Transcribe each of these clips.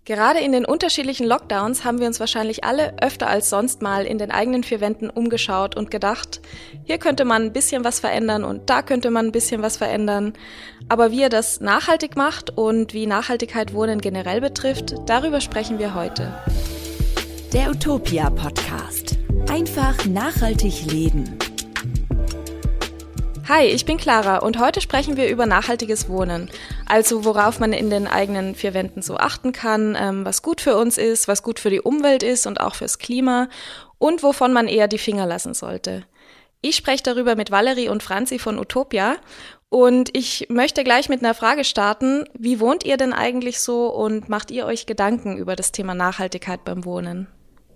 Gerade in den unterschiedlichen Lockdowns haben wir uns wahrscheinlich alle öfter als sonst mal in den eigenen vier Wänden umgeschaut und gedacht, hier könnte man ein bisschen was verändern und da könnte man ein bisschen was verändern. Aber wie ihr das nachhaltig macht und wie Nachhaltigkeit Wohnen generell betrifft, darüber sprechen wir heute. Der Utopia Podcast. Einfach nachhaltig leben. Hi, ich bin Clara und heute sprechen wir über nachhaltiges Wohnen. Also worauf man in den eigenen vier Wänden so achten kann, was gut für uns ist, was gut für die Umwelt ist und auch fürs Klima und wovon man eher die Finger lassen sollte. Ich spreche darüber mit Valerie und Franzi von Utopia und ich möchte gleich mit einer Frage starten. Wie wohnt ihr denn eigentlich so und macht ihr euch Gedanken über das Thema Nachhaltigkeit beim Wohnen?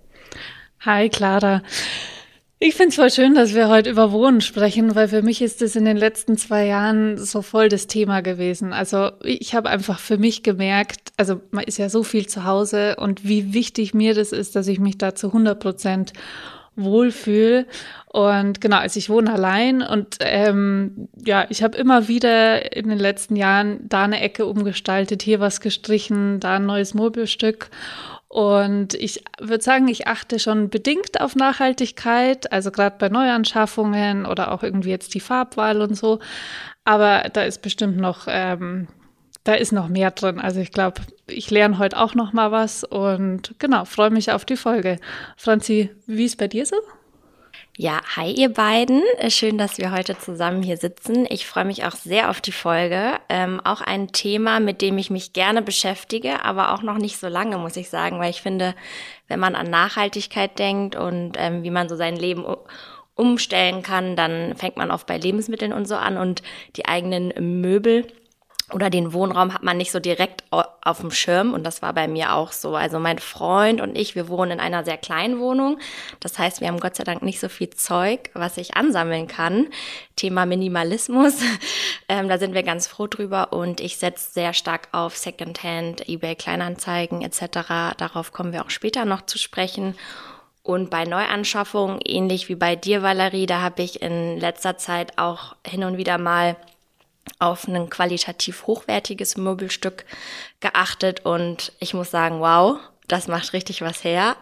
Hi Clara. Ich finde es voll schön, dass wir heute über Wohnen sprechen, weil für mich ist es in den letzten 2 Jahren so voll das Thema gewesen. Also ich habe einfach für mich gemerkt, also man ist ja so viel zu Hause und wie wichtig mir das ist, dass ich mich da zu 100% wohlfühle. Und genau, also ich wohne allein und ich habe immer wieder in den letzten Jahren da eine Ecke umgestaltet, hier was gestrichen, da ein neues Möbelstück. Und ich würde sagen, ich achte schon bedingt auf Nachhaltigkeit, also gerade bei Neuanschaffungen oder auch irgendwie jetzt die Farbwahl und so. Aber da ist bestimmt noch, da ist noch mehr drin. Also ich glaube, ich lerne heute auch noch mal was und genau, freue mich auf die Folge. Franzi, wie ist bei dir so? Ja, hi ihr beiden. Schön, dass wir heute zusammen hier sitzen. Ich freue mich auch sehr auf die Folge. Auch ein Thema, mit dem ich mich gerne beschäftige, aber auch noch nicht so lange, muss ich sagen, weil ich finde, wenn man an Nachhaltigkeit denkt und wie man so sein Leben umstellen kann, dann fängt man oft bei Lebensmitteln und so an und die eigenen Möbel oder den Wohnraum hat man nicht so direkt auf dem Schirm und das war bei mir auch so. Also mein Freund und ich, wir wohnen in einer sehr kleinen Wohnung. Das heißt, wir haben Gott sei Dank nicht so viel Zeug, was ich ansammeln kann. Thema Minimalismus, da sind wir ganz froh drüber und ich setze sehr stark auf Secondhand, eBay Kleinanzeigen etc. Darauf kommen wir auch später noch zu sprechen. Und bei Neuanschaffungen, ähnlich wie bei dir, Valerie, da habe ich in letzter Zeit auch hin und wieder mal auf ein qualitativ hochwertiges Möbelstück geachtet und ich muss sagen, wow, das macht richtig was her.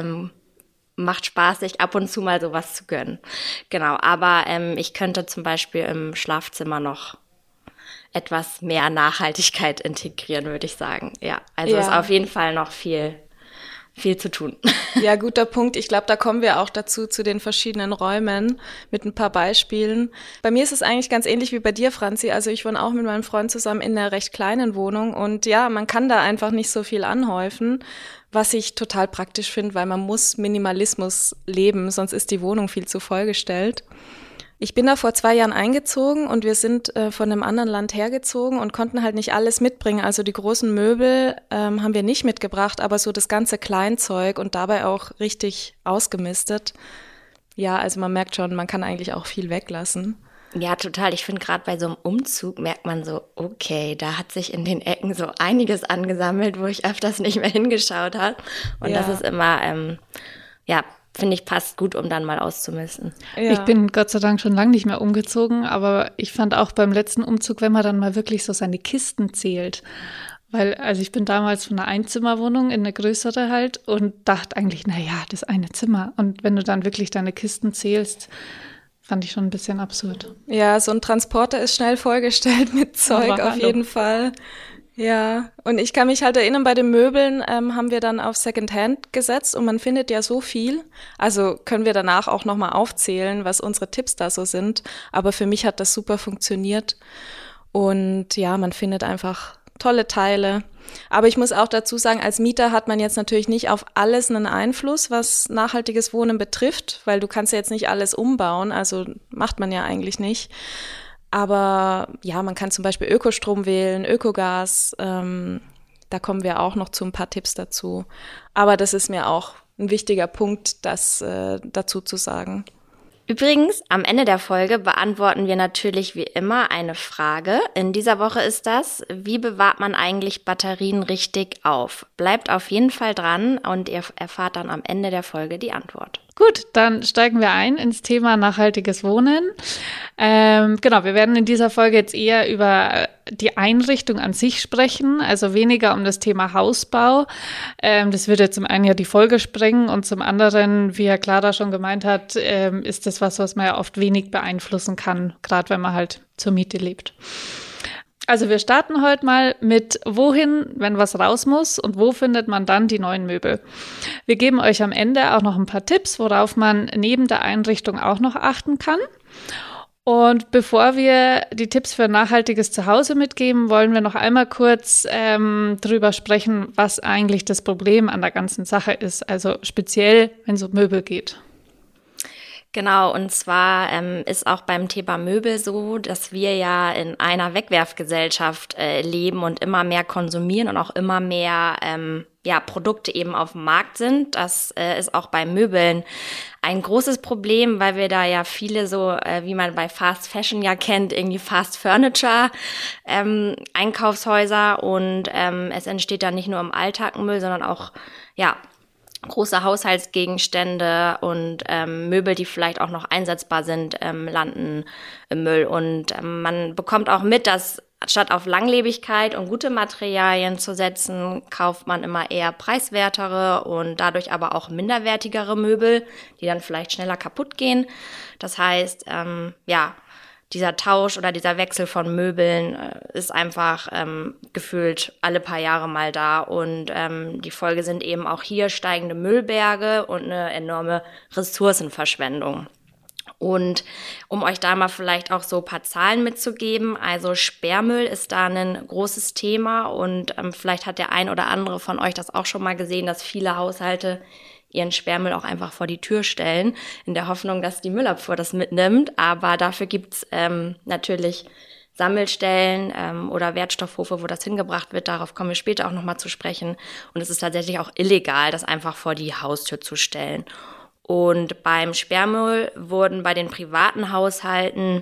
Macht Spaß, sich ab und zu mal sowas zu gönnen. Genau, aber ich könnte zum Beispiel im Schlafzimmer noch etwas mehr Nachhaltigkeit integrieren, würde ich sagen. Ja, also ist auf jeden Fall noch viel zu tun. Ja, guter Punkt. Ich glaube, da kommen wir auch dazu, zu den verschiedenen Räumen mit ein paar Beispielen. Bei mir ist es eigentlich ganz ähnlich wie bei dir, Franzi. Also ich wohne auch mit meinem Freund zusammen in einer recht kleinen Wohnung und ja, man kann da einfach nicht so viel anhäufen, was ich total praktisch finde, weil man muss Minimalismus leben, sonst ist die Wohnung viel zu vollgestellt. Ich bin da vor 2 Jahren eingezogen und wir sind von einem anderen Land hergezogen und konnten halt nicht alles mitbringen. Also die großen Möbel haben wir nicht mitgebracht, aber so das ganze Kleinzeug und dabei auch richtig ausgemistet. Ja, also man merkt schon, man kann eigentlich auch viel weglassen. Ja, total. Ich finde, gerade bei so einem Umzug merkt man so, okay, da hat sich in den Ecken so einiges angesammelt, wo ich öfters nicht mehr hingeschaut habe. Und das ist immer, finde ich, passt gut, um dann mal auszumisten. Ja. Ich bin Gott sei Dank schon lange nicht mehr umgezogen, aber ich fand auch beim letzten Umzug, wenn man dann mal wirklich so seine Kisten zählt, weil, also ich bin damals von einer Einzimmerwohnung in eine größere halt und dachte eigentlich, naja, das eine Zimmer. Und wenn du dann wirklich deine Kisten zählst, fand ich schon ein bisschen absurd. Ja, so ein Transporter ist schnell vollgestellt mit Zeug, auf jeden Fall. Ja, und ich kann mich halt erinnern, bei den Möbeln haben wir dann auf Secondhand gesetzt und man findet ja so viel. Also können wir danach auch nochmal aufzählen, was unsere Tipps da so sind. Aber für mich hat das super funktioniert. Und ja, man findet einfach tolle Teile. Aber ich muss auch dazu sagen, als Mieter hat man jetzt natürlich nicht auf alles einen Einfluss, was nachhaltiges Wohnen betrifft, weil du kannst ja jetzt nicht alles umbauen. Also macht man ja eigentlich nicht. Aber ja, man kann zum Beispiel Ökostrom wählen, Ökogas, da kommen wir auch noch zu ein paar Tipps dazu. Aber das ist mir auch ein wichtiger Punkt, das dazu zu sagen. Übrigens, am Ende der Folge beantworten wir natürlich wie immer eine Frage. In dieser Woche ist das: Wie bewahrt man eigentlich Batterien richtig auf? Bleibt auf jeden Fall dran und ihr erfahrt dann am Ende der Folge die Antwort. Gut, dann steigen wir ein ins Thema nachhaltiges Wohnen. Genau, wir werden in dieser Folge jetzt eher über die Einrichtung an sich sprechen, also weniger um das Thema Hausbau. Das würde zum einen ja die Folge sprengen und zum anderen, wie Herr Clara schon gemeint hat, ist das was man ja oft wenig beeinflussen kann, gerade wenn man halt zur Miete lebt. Also wir starten heute mal mit wohin, wenn was raus muss und wo findet man dann die neuen Möbel. Wir geben euch am Ende auch noch ein paar Tipps, worauf man neben der Einrichtung auch noch achten kann. Und bevor wir die Tipps für ein nachhaltiges Zuhause mitgeben, wollen wir noch einmal kurz drüber sprechen, was eigentlich das Problem an der ganzen Sache ist, also speziell, wenn es um Möbel geht. Genau, und zwar ist auch beim Thema Möbel so, dass wir ja in einer Wegwerfgesellschaft leben und immer mehr konsumieren und auch immer mehr Produkte eben auf dem Markt sind. Das ist auch bei Möbeln ein großes Problem, weil wir da ja viele so, wie man bei Fast Fashion ja kennt, irgendwie Fast Furniture Einkaufshäuser und es entsteht dann nicht nur im Alltag Müll, sondern auch, große Haushaltsgegenstände und Möbel, die vielleicht auch noch einsetzbar sind, landen im Müll. Und man bekommt auch mit, dass statt auf Langlebigkeit und gute Materialien zu setzen, kauft man immer eher preiswertere und dadurch aber auch minderwertigere Möbel, die dann vielleicht schneller kaputt gehen. Das heißt, dieser Tausch oder dieser Wechsel von Möbeln ist einfach gefühlt alle paar Jahre mal da. Und die Folge sind eben auch hier steigende Müllberge und eine enorme Ressourcenverschwendung. Und um euch da mal vielleicht auch so ein paar Zahlen mitzugeben, also Sperrmüll ist da ein großes Thema und vielleicht hat der ein oder andere von euch das auch schon mal gesehen, dass viele Haushalte ihren Sperrmüll auch einfach vor die Tür stellen, in der Hoffnung, dass die Müllabfuhr das mitnimmt. Aber dafür gibt's natürlich Sammelstellen oder Wertstoffhofe, wo das hingebracht wird. Darauf kommen wir später auch nochmal zu sprechen. Und es ist tatsächlich auch illegal, das einfach vor die Haustür zu stellen. Und beim Sperrmüll wurden bei den privaten Haushalten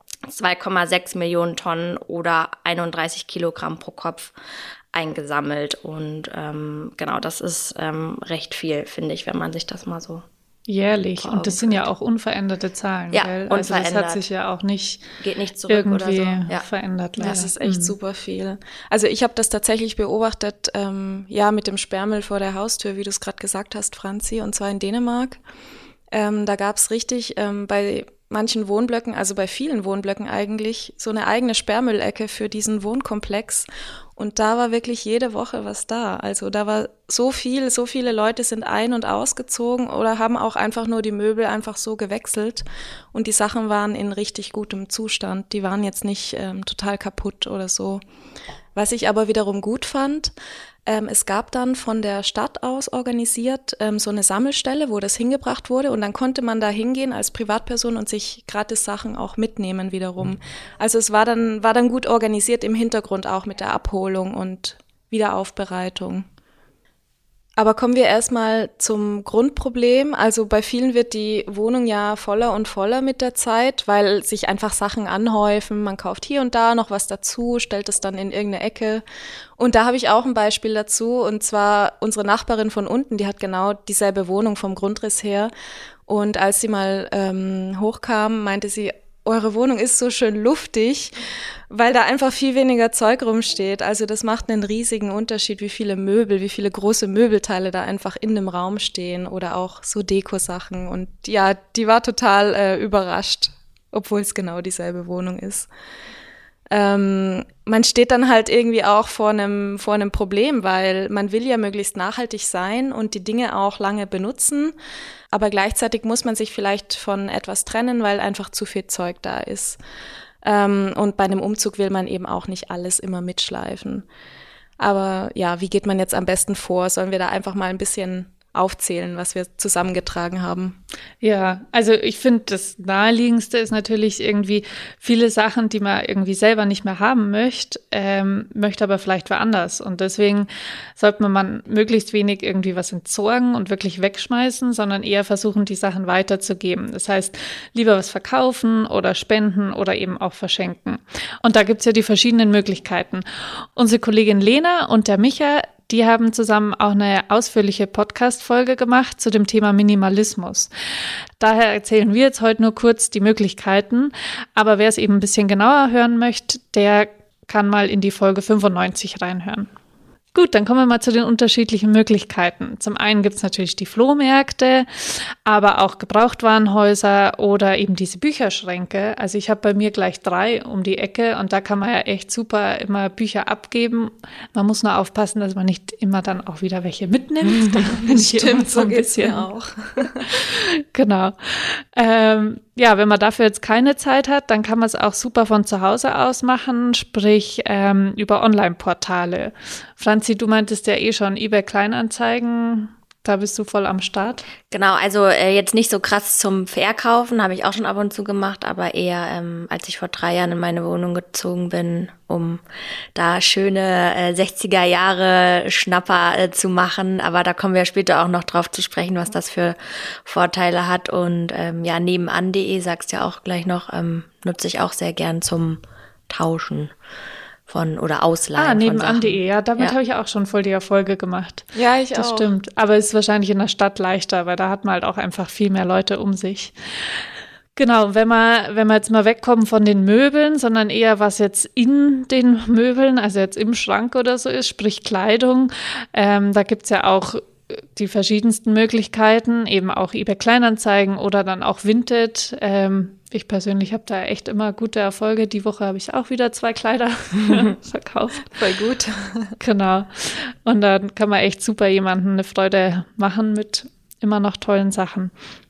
2,6 Millionen Tonnen oder 31 Kilogramm pro Kopf eingesammelt. Und das ist recht viel, finde ich, wenn man sich das mal so jährlich. Und das sind ja auch unveränderte Zahlen, ja, gell? Also das hat sich ja auch nicht, geht nicht zurück irgendwie oder so. verändert. Leider. Das ist echt super viel. Also ich habe das tatsächlich beobachtet, mit dem Sperrmüll vor der Haustür, wie du es gerade gesagt hast, Franzi, und zwar in Dänemark. Da gab es richtig bei manchen Wohnblöcken, also bei vielen Wohnblöcken eigentlich, so eine eigene Sperrmüllecke für diesen Wohnkomplex. Und da war wirklich jede Woche was da. Also da war so viele Leute sind ein- und ausgezogen oder haben auch einfach nur die Möbel einfach so gewechselt. Und die Sachen waren in richtig gutem Zustand. Die waren jetzt nicht total kaputt oder so. Was ich aber wiederum gut fand, es gab dann von der Stadt aus organisiert so eine Sammelstelle, wo das hingebracht wurde und dann konnte man da hingehen als Privatperson und sich gratis Sachen auch mitnehmen wiederum. Also es war dann gut organisiert im Hintergrund auch mit der Abholung und Wiederaufbereitung. Aber kommen wir erstmal zum Grundproblem. Also bei vielen wird die Wohnung ja voller und voller mit der Zeit, weil sich einfach Sachen anhäufen. Man kauft hier und da noch was dazu, stellt es dann in irgendeine Ecke. Und da habe ich auch ein Beispiel dazu. Und zwar unsere Nachbarin von unten, die hat genau dieselbe Wohnung vom Grundriss her. Und als sie mal hochkam, meinte sie, eure Wohnung ist so schön luftig, weil da einfach viel weniger Zeug rumsteht. Also das macht einen riesigen Unterschied, wie viele große Möbelteile da einfach in dem Raum stehen oder auch so Dekosachen. Und ja, die war total überrascht, obwohl es genau dieselbe Wohnung ist. Man steht dann halt irgendwie auch vor einem Problem, weil man will ja möglichst nachhaltig sein und die Dinge auch lange benutzen, aber gleichzeitig muss man sich vielleicht von etwas trennen, weil einfach zu viel Zeug da ist. Und bei einem Umzug will man eben auch nicht alles immer mitschleifen. Aber ja, wie geht man jetzt am besten vor? Sollen wir da einfach mal ein bisschen aufzählen, was wir zusammengetragen haben? Ja, also ich finde, das Naheliegendste ist natürlich irgendwie viele Sachen, die man irgendwie selber nicht mehr haben möchte aber vielleicht woanders. Und deswegen sollte man möglichst wenig irgendwie was entsorgen und wirklich wegschmeißen, sondern eher versuchen, die Sachen weiterzugeben. Das heißt, lieber was verkaufen oder spenden oder eben auch verschenken. Und da gibt's ja die verschiedenen Möglichkeiten. Unsere Kollegin Lena und der Micha, die haben zusammen auch eine ausführliche Podcast-Folge gemacht zu dem Thema Minimalismus. Daher erzählen wir jetzt heute nur kurz die Möglichkeiten, aber wer es eben ein bisschen genauer hören möchte, der kann mal in die Folge 95 reinhören. Gut, dann kommen wir mal zu den unterschiedlichen Möglichkeiten. Zum einen gibt es natürlich die Flohmärkte, aber auch Gebrauchtwarenhäuser oder eben diese Bücherschränke. Also ich habe bei mir gleich 3 um die Ecke und da kann man ja echt super immer Bücher abgeben. Man muss nur aufpassen, dass man nicht immer dann auch wieder welche mitnimmt. Das stimmt, so geht's mir auch. Genau. Ja, wenn man dafür jetzt keine Zeit hat, dann kann man es auch super von zu Hause aus machen, sprich über Online-Portale. Franzi, du meintest ja eh schon eBay Kleinanzeigen, da bist du voll am Start. Genau, also jetzt nicht so krass zum Verkaufen, habe ich auch schon ab und zu gemacht, aber eher als ich vor 3 Jahren in meine Wohnung gezogen bin, um da schöne 60er Jahre Schnapper zu machen. Aber da kommen wir später auch noch drauf zu sprechen, was das für Vorteile hat. Und ja, nebenan.de, sagst ja auch gleich noch, nutze ich auch sehr gern zum Tauschen oder Ausleihen. Nebenan.de, ja, damit habe ich auch schon voll die Erfolge gemacht. Ja, ich das auch. Das stimmt, aber es ist wahrscheinlich in der Stadt leichter, weil da hat man halt auch einfach viel mehr Leute um sich. Genau, wenn wir jetzt mal wegkommen von den Möbeln, sondern eher was jetzt in den Möbeln, also jetzt im Schrank oder so ist, sprich Kleidung, da gibt's ja auch die verschiedensten Möglichkeiten, eben auch eBay Kleinanzeigen oder dann auch Vinted. Ich persönlich habe da echt immer gute Erfolge. Die Woche habe ich auch wieder 2 Kleider verkauft. Voll gut. Genau. Und dann kann man echt super jemandem eine Freude machen mit immer noch tollen Sachen.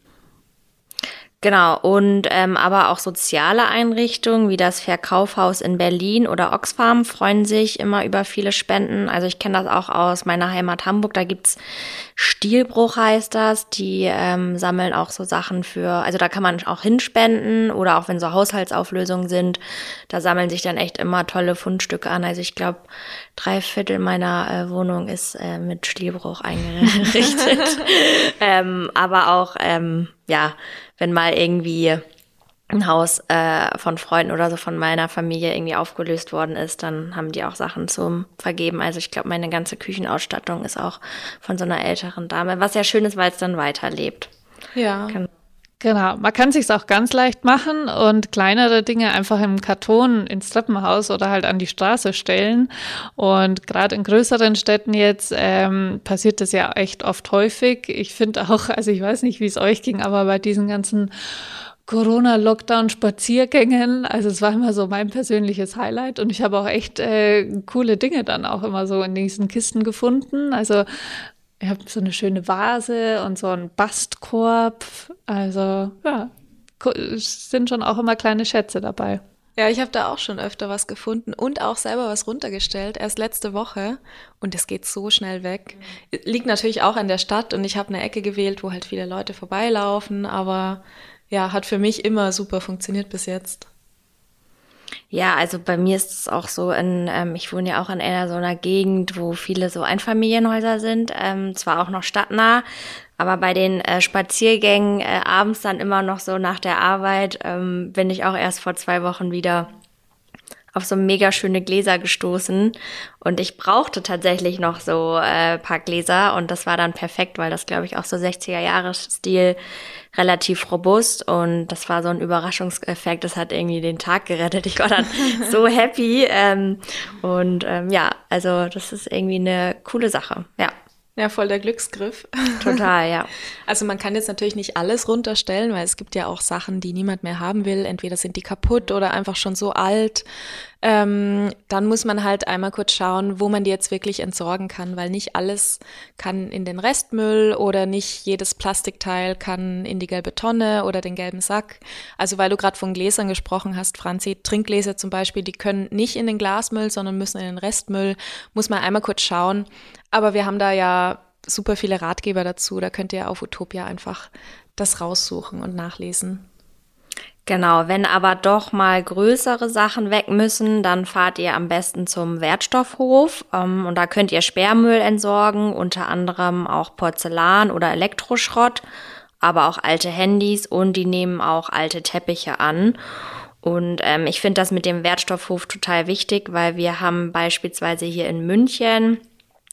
Genau, und aber auch soziale Einrichtungen wie das Verkaufhaus in Berlin oder Oxfam freuen sich immer über viele Spenden. Also ich kenne das auch aus meiner Heimat Hamburg, da gibt's Stielbruch heißt das, die sammeln auch so Sachen also da kann man auch hinspenden oder auch wenn so Haushaltsauflösungen sind, da sammeln sich dann echt immer tolle Fundstücke an. Also ich glaube, 3/4 meiner Wohnung ist mit Stielbruch eingerichtet. Aber auch, ja, wenn mal irgendwie ein Haus von Freunden oder so von meiner Familie irgendwie aufgelöst worden ist, dann haben die auch Sachen zum Vergeben. Also ich glaube, meine ganze Küchenausstattung ist auch von so einer älteren Dame, was ja schön ist, weil es dann weiterlebt. Ja. Genau, man kann es sich auch ganz leicht machen und kleinere Dinge einfach im Karton ins Treppenhaus oder halt an die Straße stellen. Und gerade in größeren Städten jetzt passiert das ja echt oft häufig. Ich finde auch, also ich weiß nicht, wie es euch ging, aber bei diesen ganzen Corona-Lockdown-Spaziergängen, also es war immer so mein persönliches Highlight und ich habe auch echt coole Dinge dann auch immer so in diesen Kisten gefunden. Also ich habe so eine schöne Vase und so einen Bastkorb. Also ja, sind schon auch immer kleine Schätze dabei. Ja, ich habe da auch schon öfter was gefunden und auch selber was runtergestellt, erst letzte Woche. Und es geht so schnell weg. Liegt natürlich auch an der Stadt und ich habe eine Ecke gewählt, wo halt viele Leute vorbeilaufen. Aber ja, hat für mich immer super funktioniert bis jetzt. Ja, also bei mir ist es auch so, ich wohne ja auch in so einer Gegend, wo viele so Einfamilienhäuser sind, zwar auch noch stadtnah, aber bei den Spaziergängen abends dann immer noch so nach der Arbeit bin ich auch erst vor 2 Wochen wieder auf so mega schöne Gläser gestoßen und ich brauchte tatsächlich noch so paar Gläser und das war dann perfekt, weil das, glaube ich, auch so 60er-Jahre-Stil relativ robust und das war so ein Überraschungseffekt, das hat irgendwie den Tag gerettet. Ich war dann so happy ja, also das ist irgendwie eine coole Sache, ja. Ja, voll der Glücksgriff. Total, ja. Also man kann jetzt natürlich nicht alles runterstellen, weil es gibt ja auch Sachen, die niemand mehr haben will. Entweder sind die kaputt oder einfach schon so alt. Dann muss man halt einmal kurz schauen, wo man die jetzt wirklich entsorgen kann, weil nicht alles kann in den Restmüll oder nicht jedes Plastikteil kann in die gelbe Tonne oder den gelben Sack. Also weil du gerade von Gläsern gesprochen hast, Franzi, Trinkgläser zum Beispiel, die können nicht in den Glasmüll, sondern müssen in den Restmüll. Muss man einmal kurz schauen. Aber wir haben da ja super viele Ratgeber dazu. Da könnt ihr auf Utopia einfach das raussuchen und nachlesen. Genau, wenn aber doch mal größere Sachen weg müssen, dann fahrt ihr am besten zum Wertstoffhof und da könnt ihr Sperrmüll entsorgen, unter anderem auch Porzellan oder Elektroschrott, aber auch alte Handys und die nehmen auch alte Teppiche an. Und ich finde das mit dem Wertstoffhof total wichtig, weil wir haben beispielsweise hier in München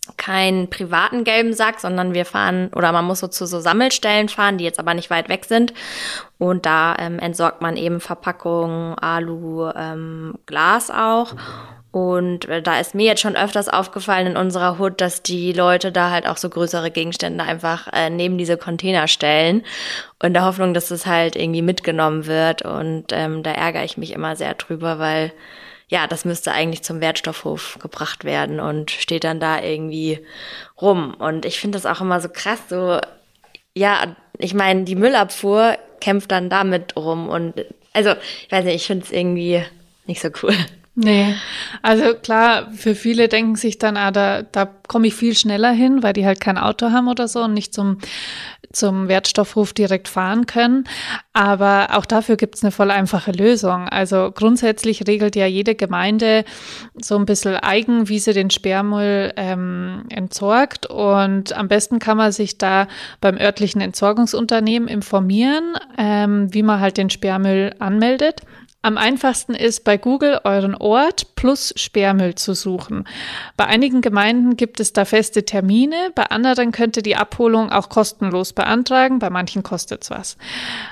keinen privaten gelben Sack, sondern wir fahren, oder man muss so zu so Sammelstellen fahren, die jetzt aber nicht weit weg sind. Und da entsorgt man eben Verpackungen, Alu, Glas auch. Und da ist mir jetzt schon öfters aufgefallen in unserer Hut, dass die Leute da halt auch so größere Gegenstände einfach neben diese Container stellen. In der Hoffnung, dass es halt irgendwie mitgenommen wird. Und da ärgere ich mich immer sehr drüber, weil ja, das müsste eigentlich zum Wertstoffhof gebracht werden und steht dann da irgendwie rum. Und ich finde das auch immer so krass, so, ja, ich meine, die Müllabfuhr kämpft dann damit rum. Und also, ich weiß nicht, ich finde es irgendwie nicht so cool. Nee, also klar, für viele denken sich dann, da komme ich viel schneller hin, weil die halt kein Auto haben oder so und nicht zum Wertstoffhof direkt fahren können. Aber auch dafür gibt's eine voll einfache Lösung. Also grundsätzlich regelt ja jede Gemeinde so ein bisschen eigen, wie sie den Sperrmüll entsorgt. Und am besten kann man sich da beim örtlichen Entsorgungsunternehmen informieren, wie man halt den Sperrmüll anmeldet. Am einfachsten ist, bei Google euren Ort plus Sperrmüll zu suchen. Bei einigen Gemeinden gibt es da feste Termine, bei anderen könnt ihr die Abholung auch kostenlos beantragen, bei manchen kostet es was.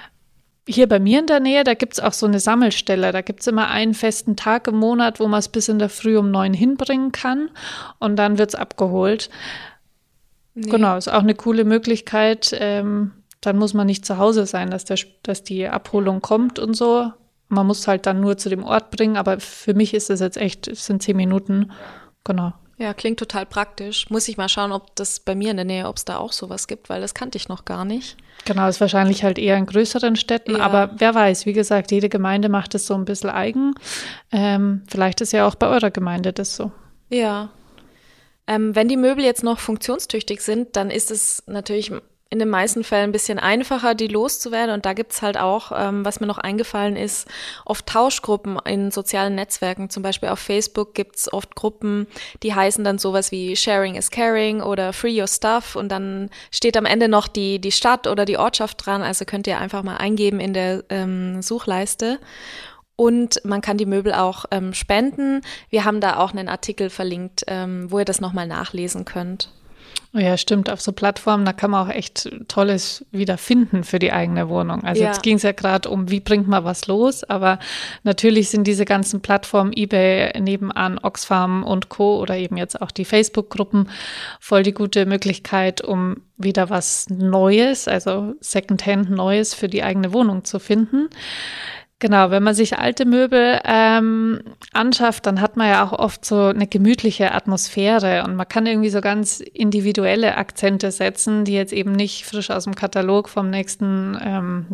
Hier bei mir in der Nähe, da gibt es auch so eine Sammelstelle, da gibt es immer einen festen Tag im Monat, wo man es bis in der Früh um 9 hinbringen kann und dann wird es abgeholt. Nee. Genau, ist auch eine coole Möglichkeit, dann muss man nicht zu Hause sein, dass die Abholung kommt und so. Man muss halt dann nur zu dem Ort bringen, aber für mich ist es jetzt echt, es sind 10 Minuten, genau. Ja, klingt total praktisch. Muss ich mal schauen, ob das bei mir in der Nähe, ob es da auch sowas gibt, weil das kannte ich noch gar nicht. Genau, ist wahrscheinlich halt eher in größeren Städten, ja. Aber wer weiß, wie gesagt, jede Gemeinde macht es so ein bisschen eigen. Vielleicht ist ja auch bei eurer Gemeinde das so. Ja. Wenn die Möbel jetzt noch funktionstüchtig sind, dann ist es natürlich in den meisten Fällen ein bisschen einfacher, die loszuwerden. Und da gibt's halt auch, was mir noch eingefallen ist, oft Tauschgruppen in sozialen Netzwerken. Zum Beispiel auf Facebook gibt's oft Gruppen, die heißen dann sowas wie Sharing is Caring oder Free Your Stuff. Und dann steht am Ende noch die Stadt oder die Ortschaft dran. Also könnt ihr einfach mal eingeben in der Suchleiste. Und man kann die Möbel auch spenden. Wir haben da auch einen Artikel verlinkt, wo ihr das nochmal nachlesen könnt. Oh ja, stimmt. Auf so Plattformen, da kann man auch echt Tolles wieder finden für die eigene Wohnung. Also Jetzt ging es ja gerade um, wie bringt man was los, aber natürlich sind diese ganzen Plattformen, eBay nebenan, Oxfam und Co. oder eben jetzt auch die Facebook-Gruppen voll die gute Möglichkeit, um wieder was Neues, also Secondhand Neues für die eigene Wohnung zu finden. Genau, wenn man sich alte Möbel anschafft, dann hat man ja auch oft so eine gemütliche Atmosphäre und man kann irgendwie so ganz individuelle Akzente setzen, die jetzt eben nicht frisch aus dem Katalog vom nächsten,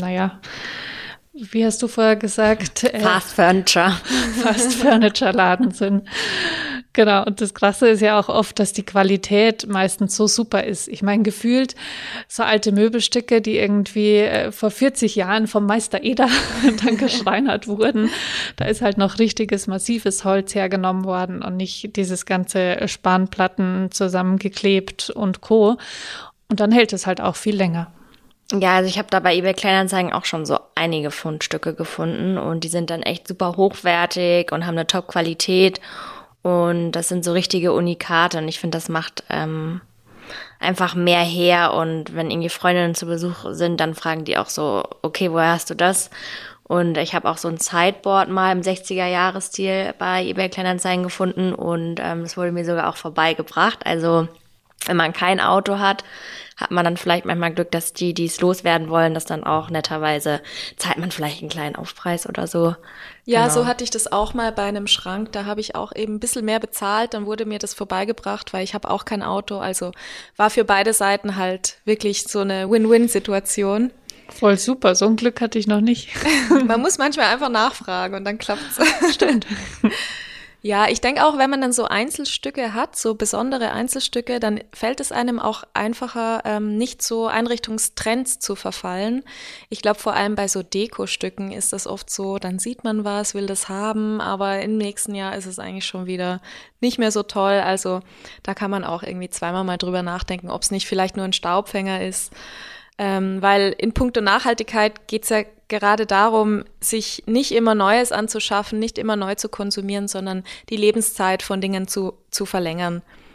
wie hast du vorher gesagt? Fast Furniture Laden sind. Genau, und das Krasse ist ja auch oft, dass die Qualität meistens so super ist. Ich meine, gefühlt so alte Möbelstücke, die irgendwie vor 40 Jahren vom Meister Eder dann geschreinert wurden, da ist halt noch richtiges, massives Holz hergenommen worden und nicht dieses ganze Spanplatten zusammengeklebt und Co. Und dann hält es halt auch viel länger. Ja, also ich habe da bei eBay Kleinanzeigen auch schon so einige Fundstücke gefunden und die sind dann echt super hochwertig und haben eine Top-Qualität und das sind so richtige Unikate und ich finde, das macht einfach mehr her und wenn irgendwie Freundinnen zu Besuch sind, dann fragen die auch so, okay, woher hast du das? Und ich habe auch so ein Sideboard mal im 60er-Jahres-Stil bei eBay Kleinanzeigen gefunden und das wurde mir sogar auch vorbeigebracht, also wenn man kein Auto hat, hat man dann vielleicht manchmal Glück, dass die es loswerden wollen, das dann auch netterweise zahlt man vielleicht einen kleinen Aufpreis oder so. Ja, genau. So hatte ich das auch mal bei einem Schrank. Da habe ich auch eben ein bisschen mehr bezahlt. Dann wurde mir das vorbeigebracht, weil ich habe auch kein Auto. Also war für beide Seiten halt wirklich so eine Win-Win-Situation. Voll super. So ein Glück hatte ich noch nicht. Man muss manchmal einfach nachfragen und dann klappt's. Stimmt. Ja, ich denke auch, wenn man dann so Einzelstücke hat, so besondere Einzelstücke, dann fällt es einem auch einfacher, nicht so Einrichtungstrends zu verfallen. Ich glaube, vor allem bei so Dekostücken ist das oft so, dann sieht man was, will das haben, aber im nächsten Jahr ist es eigentlich schon wieder nicht mehr so toll. Also da kann man auch irgendwie zweimal mal drüber nachdenken, ob es nicht vielleicht nur ein Staubfänger ist. Weil in puncto Nachhaltigkeit geht's ja gerade darum, sich nicht immer Neues anzuschaffen, nicht immer neu zu konsumieren, sondern die Lebenszeit von Dingen zu verlängern.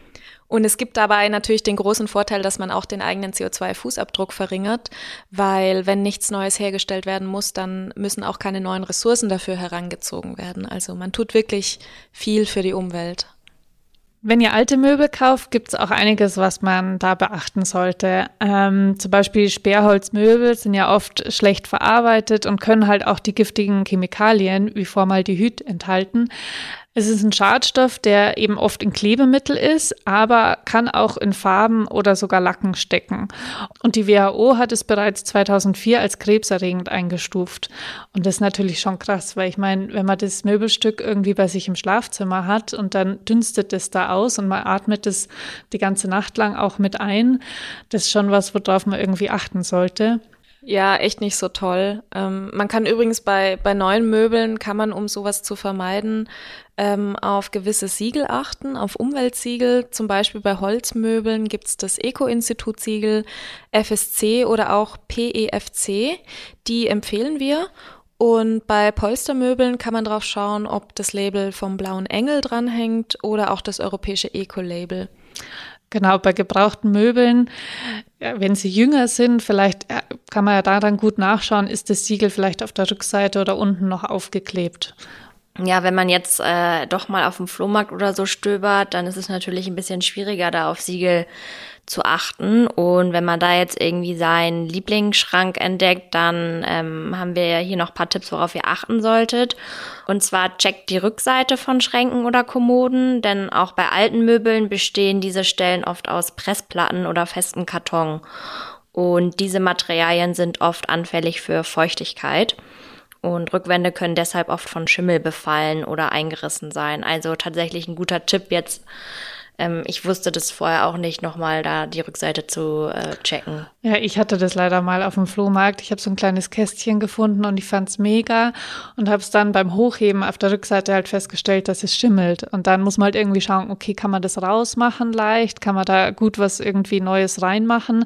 Und es gibt dabei natürlich den großen Vorteil, dass man auch den eigenen CO2-Fußabdruck verringert, weil wenn nichts Neues hergestellt werden muss, dann müssen auch keine neuen Ressourcen dafür herangezogen werden. Also man tut wirklich viel für die Umwelt. Wenn ihr alte Möbel kauft, gibt es auch einiges, was man da beachten sollte. Zum Beispiel Sperrholzmöbel sind ja oft schlecht verarbeitet und können halt auch die giftigen Chemikalien wie Formaldehyd enthalten. Es ist ein Schadstoff, der eben oft in Klebemittel ist, aber kann auch in Farben oder sogar Lacken stecken. Und die WHO hat es bereits 2004 als krebserregend eingestuft. Und das ist natürlich schon krass, weil ich meine, wenn man das Möbelstück irgendwie bei sich im Schlafzimmer hat und dann dünstet es da aus und man atmet es die ganze Nacht lang auch mit ein, das ist schon was, worauf man irgendwie achten sollte. Ja, echt nicht so toll. Man kann übrigens bei neuen Möbeln, kann man, um sowas zu vermeiden, auf gewisse Siegel achten, auf Umweltsiegel. Zum Beispiel bei Holzmöbeln gibt's das Eco-Institut-Siegel, FSC oder auch PEFC. Die empfehlen wir. Und bei Polstermöbeln kann man drauf schauen, ob das Label vom Blauen Engel dranhängt oder auch das europäische Eco-Label. Genau, bei gebrauchten Möbeln, wenn sie jünger sind, vielleicht kann man ja daran gut nachschauen, ist das Siegel vielleicht auf der Rückseite oder unten noch aufgeklebt. Ja, wenn man jetzt doch mal auf dem Flohmarkt oder so stöbert, dann ist es natürlich ein bisschen schwieriger, da auf Siegel zu achten. Und wenn man da jetzt irgendwie seinen Lieblingsschrank entdeckt, dann haben wir ja hier noch ein paar Tipps, worauf ihr achten solltet. Und zwar checkt die Rückseite von Schränken oder Kommoden, denn auch bei alten Möbeln bestehen diese Stellen oft aus Pressplatten oder festen Karton. Und diese Materialien sind oft anfällig für Feuchtigkeit. Und Rückwände können deshalb oft von Schimmel befallen oder eingerissen sein. Also tatsächlich ein guter Tipp jetzt. Ich wusste das vorher auch nicht, nochmal da die Rückseite zu checken. Ja, ich hatte das leider mal auf dem Flohmarkt. Ich habe so ein kleines Kästchen gefunden und ich fand's mega und habe es dann beim Hochheben auf der Rückseite halt festgestellt, dass es schimmelt. Und dann muss man halt irgendwie schauen, okay, kann man das rausmachen leicht? Kann man da gut was irgendwie Neues reinmachen?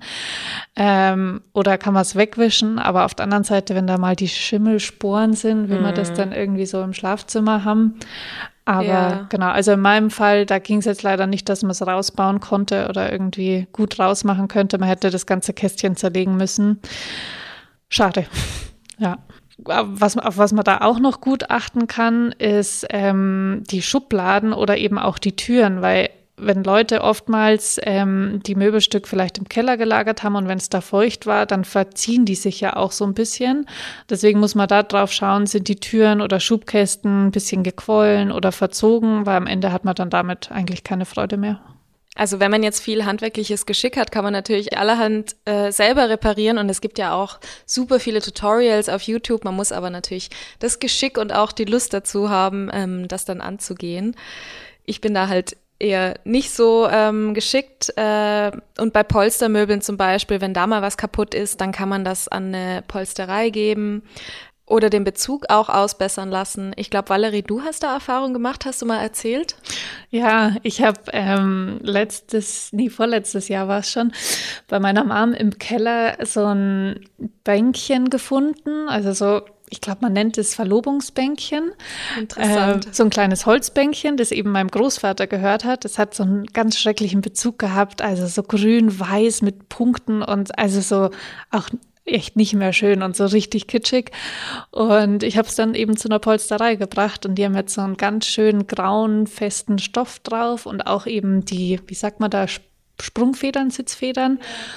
Oder kann man es wegwischen? Aber auf der anderen Seite, wenn da mal die Schimmelsporen sind, will man das dann irgendwie so im Schlafzimmer haben. Aber ja. Genau, also in meinem Fall, da ging es jetzt leider nicht, dass man es rausbauen konnte oder irgendwie gut rausmachen könnte. Man hätte das ganze Kästchen zerlegen müssen. Schade, ja. Auf was man da auch noch gut achten kann, ist die Schubladen oder eben auch die Türen, weil wenn Leute oftmals die Möbelstück vielleicht im Keller gelagert haben und wenn es da feucht war, dann verziehen die sich ja auch so ein bisschen. Deswegen muss man da drauf schauen, sind die Türen oder Schubkästen ein bisschen gequollen oder verzogen, weil am Ende hat man dann damit eigentlich keine Freude mehr. Also wenn man jetzt viel handwerkliches Geschick hat, kann man natürlich allerhand selber reparieren und es gibt ja auch super viele Tutorials auf YouTube. Man muss aber natürlich das Geschick und auch die Lust dazu haben, das dann anzugehen. Ich bin da halt eher nicht so geschickt. Und bei Polstermöbeln zum Beispiel, wenn da mal was kaputt ist, dann kann man das an eine Polsterei geben oder den Bezug auch ausbessern lassen. Ich glaube, Valerie, du hast da Erfahrung gemacht, hast du mal erzählt? Ja, ich habe vorletztes Jahr war es schon, bei meiner Mom im Keller so ein Bänkchen gefunden, also so, ich glaube, man nennt es Verlobungsbänkchen. Interessant. So ein kleines Holzbänkchen, das eben meinem Großvater gehört hat. Das hat so einen ganz schrecklichen Bezug gehabt, also so grün-weiß mit Punkten und also so auch echt nicht mehr schön und so richtig kitschig. Und ich habe es dann eben zu einer Polsterei gebracht und die haben jetzt so einen ganz schönen grauen, festen Stoff drauf und auch eben die, wie sagt man da, Sprungfedern, Sitzfedern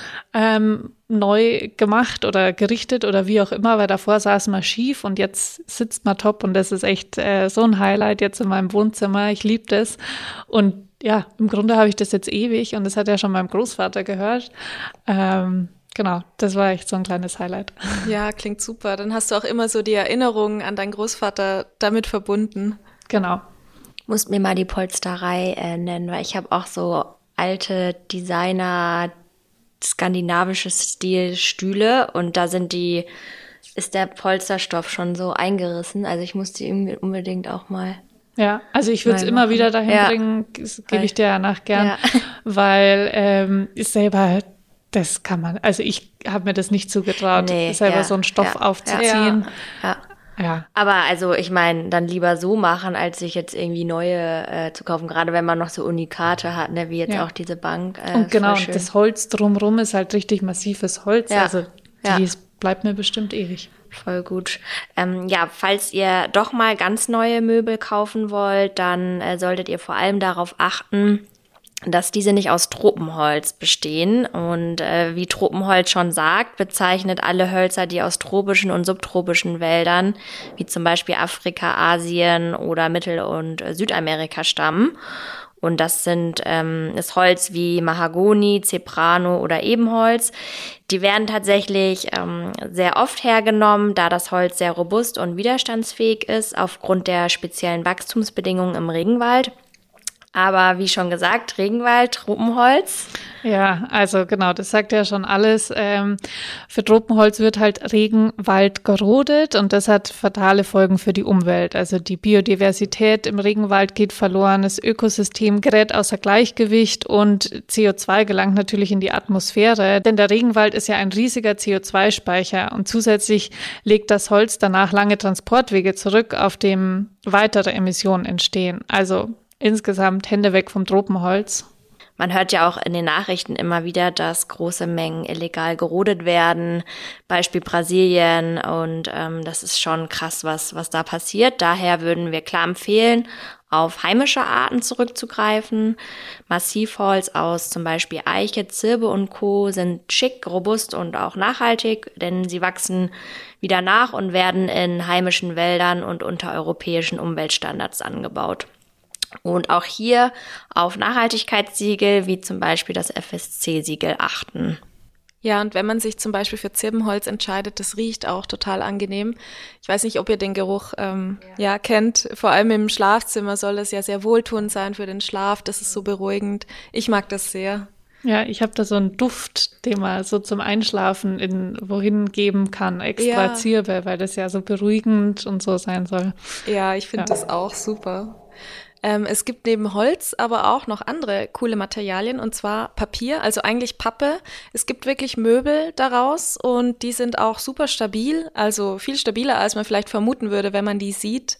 neu gemacht oder gerichtet oder wie auch immer, weil davor saß man schief und jetzt sitzt man top und das ist echt so ein Highlight jetzt in meinem Wohnzimmer. Ich liebe das und ja, im Grunde habe ich das jetzt ewig und das hat ja schon meinem Großvater gehört. Genau, das war echt so ein kleines Highlight. Ja, klingt super. Dann hast du auch immer so die Erinnerungen an deinen Großvater damit verbunden. Genau. Musst mir mal die Polsterei nennen, weil ich habe auch so alte Designer, skandinavische Stil-Stühle und da ist der Polsterstoff schon so eingerissen. Also ich muss die unbedingt auch mal. Ja, also ich würde es immer wieder dahin bringen, gebe ich dir danach gern, weil ich selber, das kann man, also ich habe mir das nicht zugetraut, selber so einen Stoff aufzuziehen. Ja. Ja. Aber also ich meine, dann lieber so machen, als sich jetzt irgendwie neue zu kaufen, gerade wenn man noch so Unikate hat, ne, wie jetzt auch diese Bank. Und genau, das Holz drumherum ist halt richtig massives Holz, also bleibt mir bestimmt ewig. Voll gut. Falls ihr doch mal ganz neue Möbel kaufen wollt, dann solltet ihr vor allem darauf achten, dass diese nicht aus Tropenholz bestehen. Und wie Tropenholz schon sagt, bezeichnet alle Hölzer, die aus tropischen und subtropischen Wäldern, wie zum Beispiel Afrika, Asien oder Mittel- und Südamerika stammen. Und das ist Holz wie Mahagoni, Zebrano oder Ebenholz. Die werden tatsächlich sehr oft hergenommen, da das Holz sehr robust und widerstandsfähig ist, aufgrund der speziellen Wachstumsbedingungen im Regenwald. Aber wie schon gesagt, Regenwald, Tropenholz. Ja, also genau, das sagt ja schon alles. Für Tropenholz wird halt Regenwald gerodet und das hat fatale Folgen für die Umwelt. Also die Biodiversität im Regenwald geht verloren, das Ökosystem gerät außer Gleichgewicht und CO2 gelangt natürlich in die Atmosphäre. Denn der Regenwald ist ja ein riesiger CO2-Speicher und zusätzlich legt das Holz danach lange Transportwege zurück, auf dem weitere Emissionen entstehen. Also insgesamt Hände weg vom Tropenholz. Man hört ja auch in den Nachrichten immer wieder, dass große Mengen illegal gerodet werden, Beispiel Brasilien, und das ist schon krass, was da passiert. Daher würden wir klar empfehlen, auf heimische Arten zurückzugreifen. Massivholz aus zum Beispiel Eiche, Zirbe und Co. sind schick, robust und auch nachhaltig, denn sie wachsen wieder nach und werden in heimischen Wäldern und unter europäischen Umweltstandards angebaut. Und auch hier auf Nachhaltigkeitssiegel, wie zum Beispiel das FSC-Siegel, achten. Ja, und wenn man sich zum Beispiel für Zirbenholz entscheidet, das riecht auch total angenehm. Ich weiß nicht, ob ihr den Geruch kennt. Vor allem im Schlafzimmer soll es ja sehr wohltuend sein für den Schlaf. Das ist so beruhigend. Ich mag das sehr. Ja, ich habe da so einen Duft, den man so zum Einschlafen wohin geben kann, extra Zirbe, weil das ja so beruhigend und so sein soll. Ja, ich finde das auch super. Es gibt neben Holz aber auch noch andere coole Materialien, und zwar Papier, also eigentlich Pappe. Es gibt wirklich Möbel daraus und die sind auch super stabil, also viel stabiler, als man vielleicht vermuten würde, wenn man die sieht.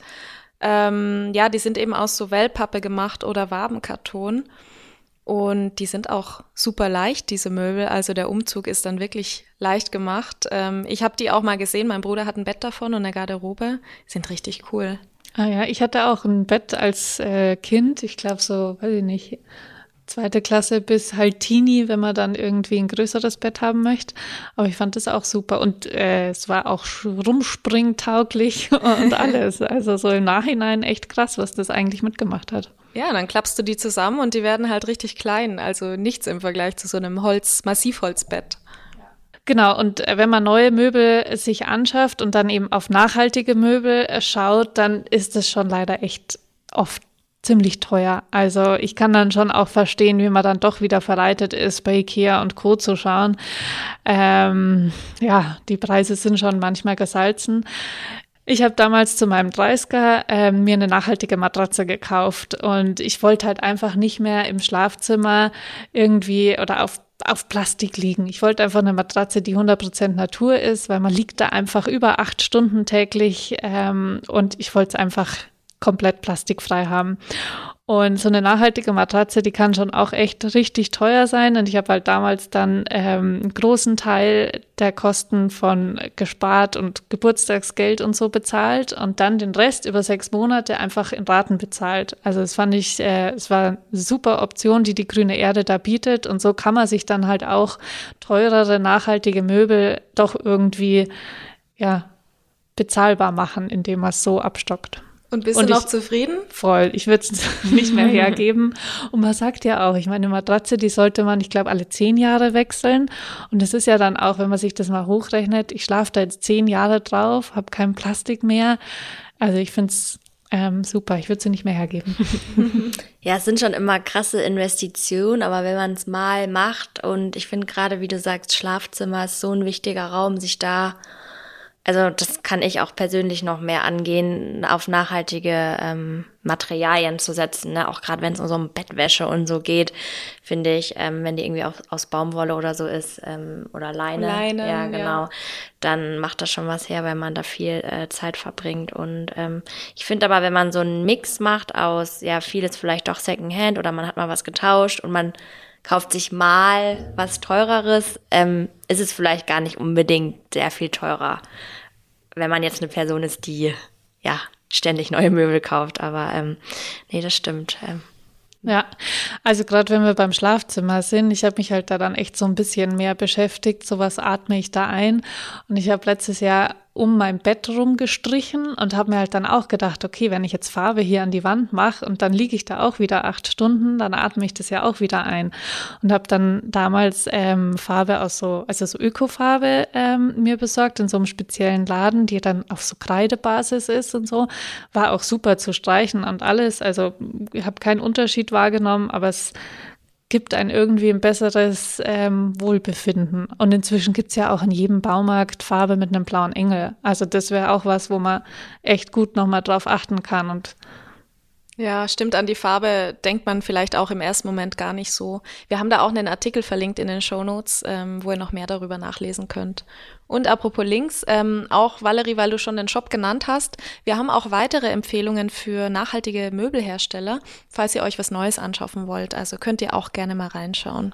Die sind eben aus so Wellpappe gemacht oder Wabenkarton und die sind auch super leicht, diese Möbel. Also der Umzug ist dann wirklich leicht gemacht. Ich habe die auch mal gesehen, mein Bruder hat ein Bett davon und eine Garderobe. Die sind richtig cool. Ah ja, ich hatte auch ein Bett als Kind, ich glaube so, weiß ich nicht, 2. Klasse bis halt Teenie, wenn man dann irgendwie ein größeres Bett haben möchte. Aber ich fand das auch super und es war auch rumspringtauglich und alles. Also so im Nachhinein echt krass, was das eigentlich mitgemacht hat. Ja, dann klappst du die zusammen und die werden halt richtig klein, also nichts im Vergleich zu so einem Massivholzbett. Genau, und wenn man neue Möbel sich anschafft und dann eben auf nachhaltige Möbel schaut, dann ist es schon leider echt oft ziemlich teuer. Also ich kann dann schon auch verstehen, wie man dann doch wieder verleitet ist, bei Ikea und Co. zu schauen. Die Preise sind schon manchmal gesalzen. Ich habe damals zu meinem 30er mir eine nachhaltige Matratze gekauft und ich wollte halt einfach nicht mehr im Schlafzimmer irgendwie oder auf Plastik liegen. Ich wollte einfach eine Matratze, die 100% Natur ist, weil man liegt da einfach über 8 Stunden täglich und ich wollte es einfach komplett plastikfrei haben. Und so eine nachhaltige Matratze, die kann schon auch echt richtig teuer sein. Und ich habe halt damals dann einen großen Teil der Kosten von gespart und Geburtstagsgeld und so bezahlt und dann den Rest über 6 Monate einfach in Raten bezahlt. Also das fand ich, es war eine super Option, die grüne Erde da bietet. Und so kann man sich dann halt auch teurere, nachhaltige Möbel doch irgendwie, bezahlbar machen, indem man es so abstockt. Und bist du noch zufrieden? Voll. Ich würde es nicht mehr hergeben. Und man sagt ja auch, ich meine, eine Matratze, die sollte man, ich glaube, alle 10 Jahre wechseln. Und das ist ja dann auch, wenn man sich das mal hochrechnet, ich schlafe da jetzt 10 Jahre drauf, habe kein Plastik mehr. Also ich finde es super. Ich würde sie nicht mehr hergeben. Ja, es sind schon immer krasse Investitionen, aber wenn man es mal macht und ich finde gerade, wie du sagst, Schlafzimmer ist so ein wichtiger Raum, sich da Also das kann ich auch persönlich noch mehr angehen, auf nachhaltige Materialien zu setzen, ne? Auch gerade wenn es um so Bettwäsche und so geht, finde ich, wenn die irgendwie aus Baumwolle oder so ist oder Leine, ja genau, dann macht das schon was her, weil man da viel Zeit verbringt. Und ich finde aber, wenn man so einen Mix macht aus, ja, vieles vielleicht doch Secondhand oder man hat mal was getauscht und man kauft sich mal was Teureres, ist es vielleicht gar nicht unbedingt sehr viel teurer, wenn man jetzt eine Person ist, die ja ständig neue Möbel kauft. Aber nee, das stimmt. Ja, also gerade wenn wir beim Schlafzimmer sind, ich habe mich halt da dann echt so ein bisschen mehr beschäftigt, so was atme ich da ein. Und ich habe letztes Jahr um mein Bett rumgestrichen und habe mir halt dann auch gedacht, okay, wenn ich jetzt Farbe hier an die Wand mache und dann liege ich da auch wieder 8 Stunden, dann atme ich das ja auch wieder ein. Und habe dann damals Farbe aus so Ökofarbe mir besorgt in so einem speziellen Laden, die dann auf so Kreidebasis ist und so. War auch super zu streichen und alles. Also ich habe keinen Unterschied wahrgenommen, aber es gibt ein irgendwie ein besseres Wohlbefinden. Und inzwischen gibt es ja auch in jedem Baumarkt Farbe mit einem blauen Engel. Also das wäre auch was, wo man echt gut nochmal drauf achten kann. Und ja, stimmt, an die Farbe denkt man vielleicht auch im ersten Moment gar nicht so. Wir haben da auch einen Artikel verlinkt in den Shownotes, wo ihr noch mehr darüber nachlesen könnt. Und apropos Links, auch Valerie, weil du schon den Shop genannt hast, wir haben auch weitere Empfehlungen für nachhaltige Möbelhersteller, falls ihr euch was Neues anschaffen wollt. Also könnt ihr auch gerne mal reinschauen.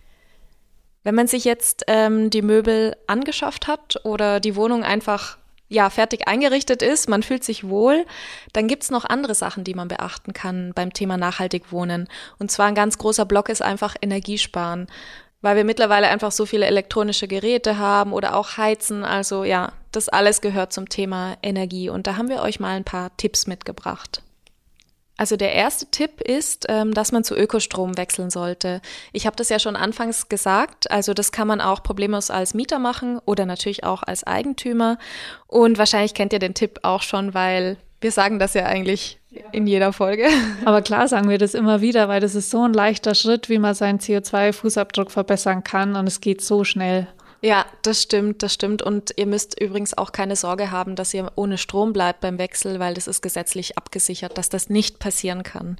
Wenn man sich jetzt die Möbel angeschafft hat oder die Wohnung einfach fertig eingerichtet ist, man fühlt sich wohl, dann gibt's noch andere Sachen, die man beachten kann beim Thema nachhaltig wohnen. Und zwar ein ganz großer Block ist einfach Energiesparen, weil wir mittlerweile einfach so viele elektronische Geräte haben oder auch heizen. Also ja, das alles gehört zum Thema Energie und da haben wir euch mal ein paar Tipps mitgebracht. Also der erste Tipp ist, dass man zu Ökostrom wechseln sollte. Ich habe das ja schon anfangs gesagt, also das kann man auch problemlos als Mieter machen oder natürlich auch als Eigentümer. Und wahrscheinlich kennt ihr den Tipp auch schon, weil wir sagen das ja eigentlich in jeder Folge. Aber klar sagen wir das immer wieder, weil das ist so ein leichter Schritt, wie man seinen CO2-Fußabdruck verbessern kann und es geht so schnell. Ja, das stimmt. Und ihr müsst übrigens auch keine Sorge haben, dass ihr ohne Strom bleibt beim Wechsel, weil das ist gesetzlich abgesichert, dass das nicht passieren kann.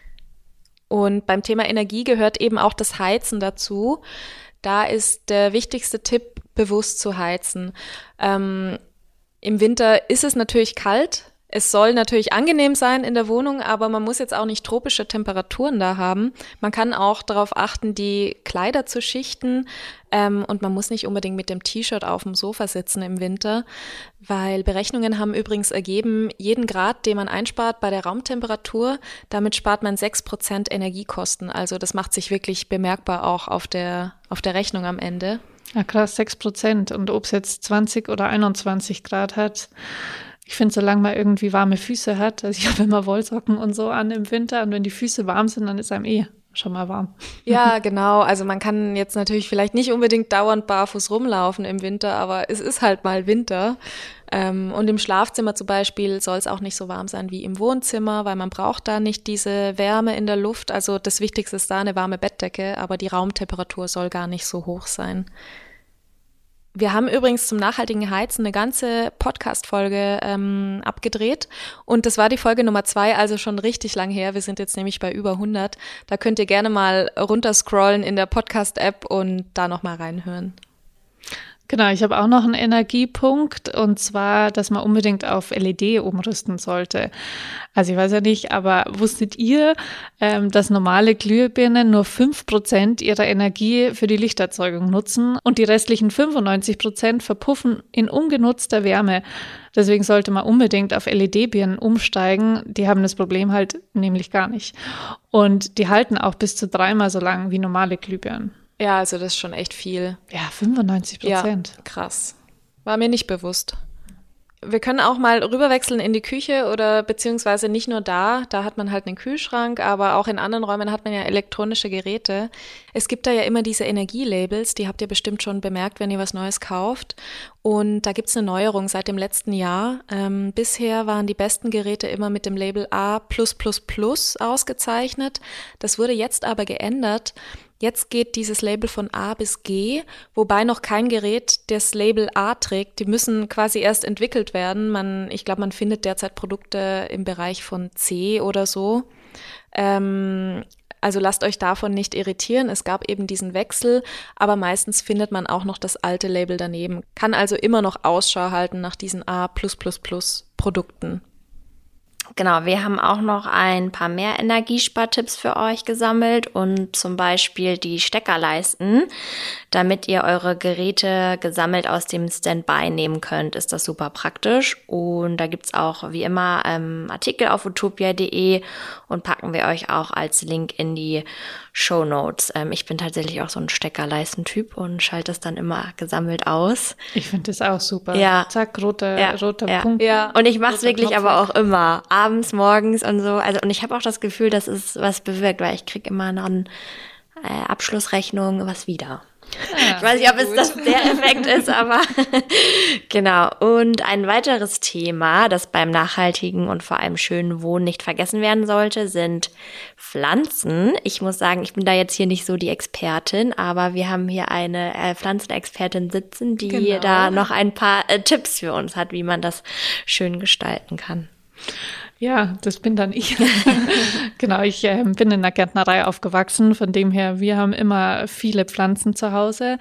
Und beim Thema Energie gehört eben auch das Heizen dazu. Da ist der wichtigste Tipp, bewusst zu heizen. Im Winter ist es natürlich kalt. Es soll natürlich angenehm sein in der Wohnung, aber man muss jetzt auch nicht tropische Temperaturen da haben. Man kann auch darauf achten, die Kleider zu schichten und man muss nicht unbedingt mit dem T-Shirt auf dem Sofa sitzen im Winter, weil Berechnungen haben übrigens ergeben, jeden Grad, den man einspart bei der Raumtemperatur, damit spart man 6% Energiekosten. Also das macht sich wirklich bemerkbar auch auf der Rechnung am Ende. Ja krass, 6%. Und ob es jetzt 20 oder 21 Grad hat, ich finde, solange man irgendwie warme Füße hat, also ich habe immer Wollsocken und so an im Winter und wenn die Füße warm sind, dann ist einem schon mal warm. Ja, genau. Also man kann jetzt natürlich vielleicht nicht unbedingt dauernd barfuß rumlaufen im Winter, aber es ist halt mal Winter. Und im Schlafzimmer zum Beispiel soll es auch nicht so warm sein wie im Wohnzimmer, weil man braucht da nicht diese Wärme in der Luft. Also das Wichtigste ist da eine warme Bettdecke, aber die Raumtemperatur soll gar nicht so hoch sein. Wir haben übrigens zum nachhaltigen Heizen eine ganze Podcast-Folge abgedreht und das war die Folge Nummer 2, also schon richtig lang her. Wir sind jetzt nämlich bei über 100. Da könnt ihr gerne mal runterscrollen in der Podcast-App und da nochmal reinhören. Genau, ich habe auch noch einen Energiepunkt und zwar, dass man unbedingt auf LED umrüsten sollte. Also ich weiß ja nicht, aber wusstet ihr, dass normale Glühbirnen nur 5% ihrer Energie für die Lichterzeugung nutzen und die restlichen 95% verpuffen in ungenutzter Wärme? Deswegen sollte man unbedingt auf LED-Birnen umsteigen. Die haben das Problem halt nämlich gar nicht. Und die halten auch bis zu 3-mal so lang wie normale Glühbirnen. Ja, also das ist schon echt viel. Ja, 95%. Ja, krass. War mir nicht bewusst. Wir können auch mal rüberwechseln in die Küche oder beziehungsweise nicht nur da hat man halt einen Kühlschrank, aber auch in anderen Räumen hat man ja elektronische Geräte. Es gibt da ja immer diese Energielabels, die habt ihr bestimmt schon bemerkt, wenn ihr was Neues kauft. Und da gibt's eine Neuerung seit dem letzten Jahr. Bisher waren die besten Geräte immer mit dem Label A+++ ausgezeichnet. Das wurde jetzt aber geändert. Jetzt geht dieses Label von A bis G, wobei noch kein Gerät das Label A trägt. Die müssen quasi erst entwickelt werden. Ich glaube, man findet derzeit Produkte im Bereich von C oder so. Also lasst euch davon nicht irritieren. Es gab eben diesen Wechsel, aber meistens findet man auch noch das alte Label daneben. Kann also immer noch Ausschau halten nach diesen A+++Produkten. Genau, wir haben auch noch ein paar mehr Energiespartipps für euch gesammelt und zum Beispiel die Steckerleisten, damit ihr eure Geräte gesammelt aus dem Standby nehmen könnt, ist das super praktisch. Und da gibt's auch wie immer Artikel auf utopia.de und packen wir euch auch als Link in die Shownotes. Ich bin tatsächlich auch so ein Steckerleistentyp und schalte es dann immer gesammelt aus. Ich finde das auch super. Ja. Zack, roter Punkt. Ja. Und ich mache es wirklich aber auch immer. Abends, morgens und so. Also, und ich habe auch das Gefühl, dass es was bewirkt, weil ich kriege immer noch eine Abschlussrechnung was wieder. Ja, ich weiß nicht, ob es der Effekt ist, aber genau. Und ein weiteres Thema, das beim nachhaltigen und vor allem schönen Wohnen nicht vergessen werden sollte, sind Pflanzen. Ich muss sagen, ich bin da jetzt hier nicht so die Expertin, aber wir haben hier eine Pflanzenexpertin sitzen, die da noch ein paar Tipps für uns hat, wie man das schön gestalten kann. Ja, das bin dann ich. Genau, ich bin in der Gärtnerei aufgewachsen, von dem her, wir haben immer viele Pflanzen zu Hause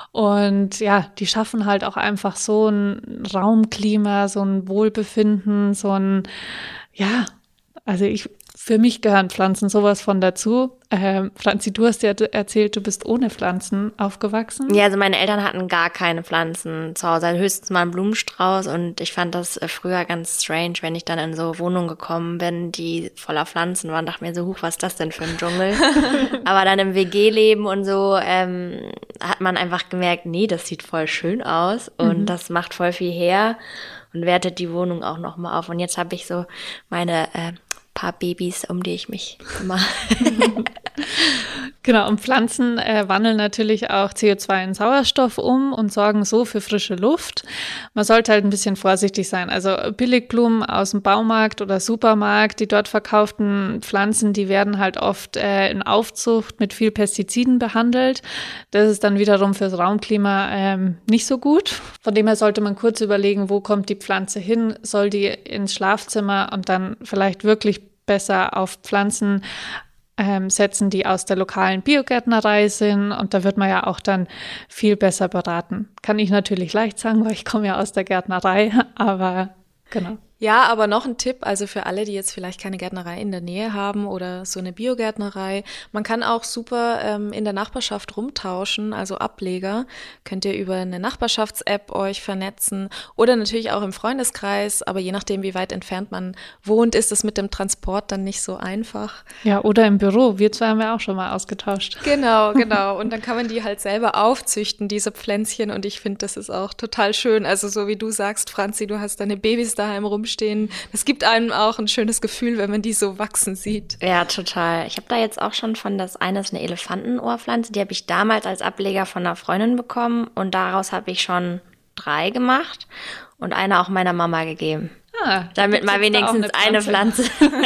und ja, die schaffen halt auch einfach so ein Raumklima, so ein Wohlbefinden, so ein, ja, also für mich gehören Pflanzen sowas von dazu. Franzi, du hast ja erzählt, du bist ohne Pflanzen aufgewachsen. Ja, also meine Eltern hatten gar keine Pflanzen zu Hause, also höchstens mal einen Blumenstrauß und ich fand das früher ganz strange, wenn ich dann in so Wohnungen gekommen bin, die voller Pflanzen waren, dachte mir so, was ist das denn für ein Dschungel? Aber dann im WG-Leben und so hat man einfach gemerkt, nee, das sieht voll schön aus und das macht voll viel her und wertet die Wohnung auch nochmal auf. Und jetzt habe ich so meine paar Babys, um die ich mich kümmere. Genau, und Pflanzen wandeln natürlich auch CO2 in Sauerstoff um und sorgen so für frische Luft. Man sollte halt ein bisschen vorsichtig sein. Also Billigblumen aus dem Baumarkt oder Supermarkt, die dort verkauften Pflanzen, die werden halt oft in Aufzucht mit viel Pestiziden behandelt. Das ist dann wiederum fürs Raumklima nicht so gut. Von dem her sollte man kurz überlegen, wo kommt die Pflanze hin? Soll die ins Schlafzimmer und dann vielleicht wirklich besser auf Pflanzen setzen, die aus der lokalen Biogärtnerei sind und da wird man ja auch dann viel besser beraten. Kann ich natürlich leicht sagen, weil ich komme ja aus der Gärtnerei, aber genau. Ja, aber noch ein Tipp, also für alle, die jetzt vielleicht keine Gärtnerei in der Nähe haben oder so eine Biogärtnerei. Man kann auch super in der Nachbarschaft rumtauschen, also Ableger. Könnt ihr über eine Nachbarschafts-App euch vernetzen oder natürlich auch im Freundeskreis, aber je nachdem, wie weit entfernt man wohnt, ist es mit dem Transport dann nicht so einfach. Ja, oder im Büro. Wir zwei haben ja auch schon mal ausgetauscht. Genau. Und dann kann man die halt selber aufzüchten, diese Pflänzchen und ich finde, das ist auch total schön. Also so wie du sagst, Franzi, du hast deine Babys daheim rumstehen. Das gibt einem auch ein schönes Gefühl, wenn man die so wachsen sieht. Ja, total. Ich habe da jetzt auch schon das eine ist eine Elefantenohrpflanze, die habe ich damals als Ableger von einer Freundin bekommen und daraus habe ich schon 3 gemacht und eine auch meiner Mama gegeben. Damit mal wenigstens eine Pflanze.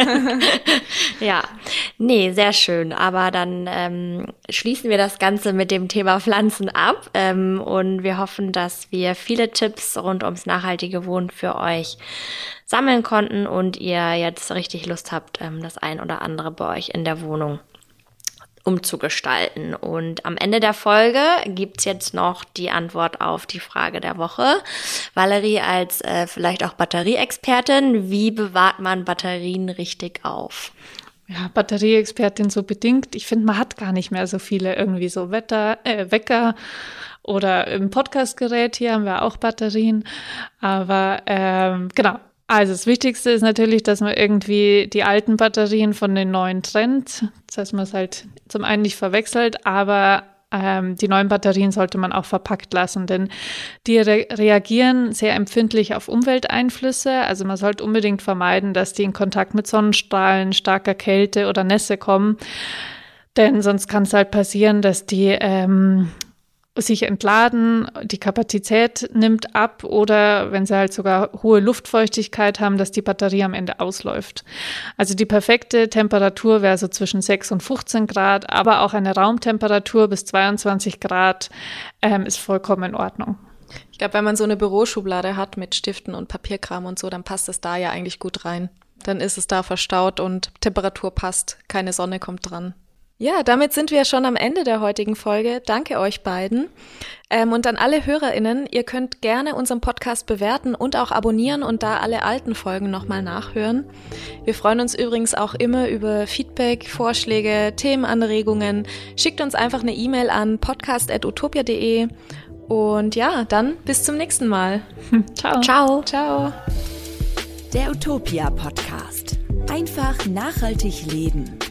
Ja, nee, sehr schön. Aber dann schließen wir das Ganze mit dem Thema Pflanzen ab und wir hoffen, dass wir viele Tipps rund ums nachhaltige Wohnen für euch sammeln konnten und ihr jetzt richtig Lust habt, das ein oder andere bei euch in der Wohnung umzugestalten. Und am Ende der Folge gibt's jetzt noch die Antwort auf die Frage der Woche. Valerie als vielleicht auch Batterieexpertin, wie bewahrt man Batterien richtig auf? Ja, Batterieexpertin so bedingt. Ich finde, man hat gar nicht mehr so viele irgendwie so Wecker oder im Podcastgerät hier haben wir auch Batterien. Aber genau. Also das Wichtigste ist natürlich, dass man irgendwie die alten Batterien von den neuen trennt. Das heißt, man es halt zum einen nicht verwechselt, aber die neuen Batterien sollte man auch verpackt lassen, denn die reagieren sehr empfindlich auf Umwelteinflüsse. Also man sollte unbedingt vermeiden, dass die in Kontakt mit Sonnenstrahlen, starker Kälte oder Nässe kommen, denn sonst kann es halt passieren, dass die sich entladen, die Kapazität nimmt ab oder wenn sie halt sogar hohe Luftfeuchtigkeit haben, dass die Batterie am Ende ausläuft. Also die perfekte Temperatur wäre so zwischen 6 und 15 Grad, aber auch eine Raumtemperatur bis 22 Grad ist vollkommen in Ordnung. Ich glaube, wenn man so eine Büroschublade hat mit Stiften und Papierkram und so, dann passt es da ja eigentlich gut rein. Dann ist es da verstaut und Temperatur passt, keine Sonne kommt dran. Ja, damit sind wir schon am Ende der heutigen Folge. Danke euch beiden. Und an alle HörerInnen, ihr könnt gerne unseren Podcast bewerten und auch abonnieren und da alle alten Folgen nochmal nachhören. Wir freuen uns übrigens auch immer über Feedback, Vorschläge, Themenanregungen. Schickt uns einfach eine E-Mail an podcast@utopia.de und ja, dann bis zum nächsten Mal. Ciao. Ciao. Ciao. Der Utopia Podcast. Einfach nachhaltig leben.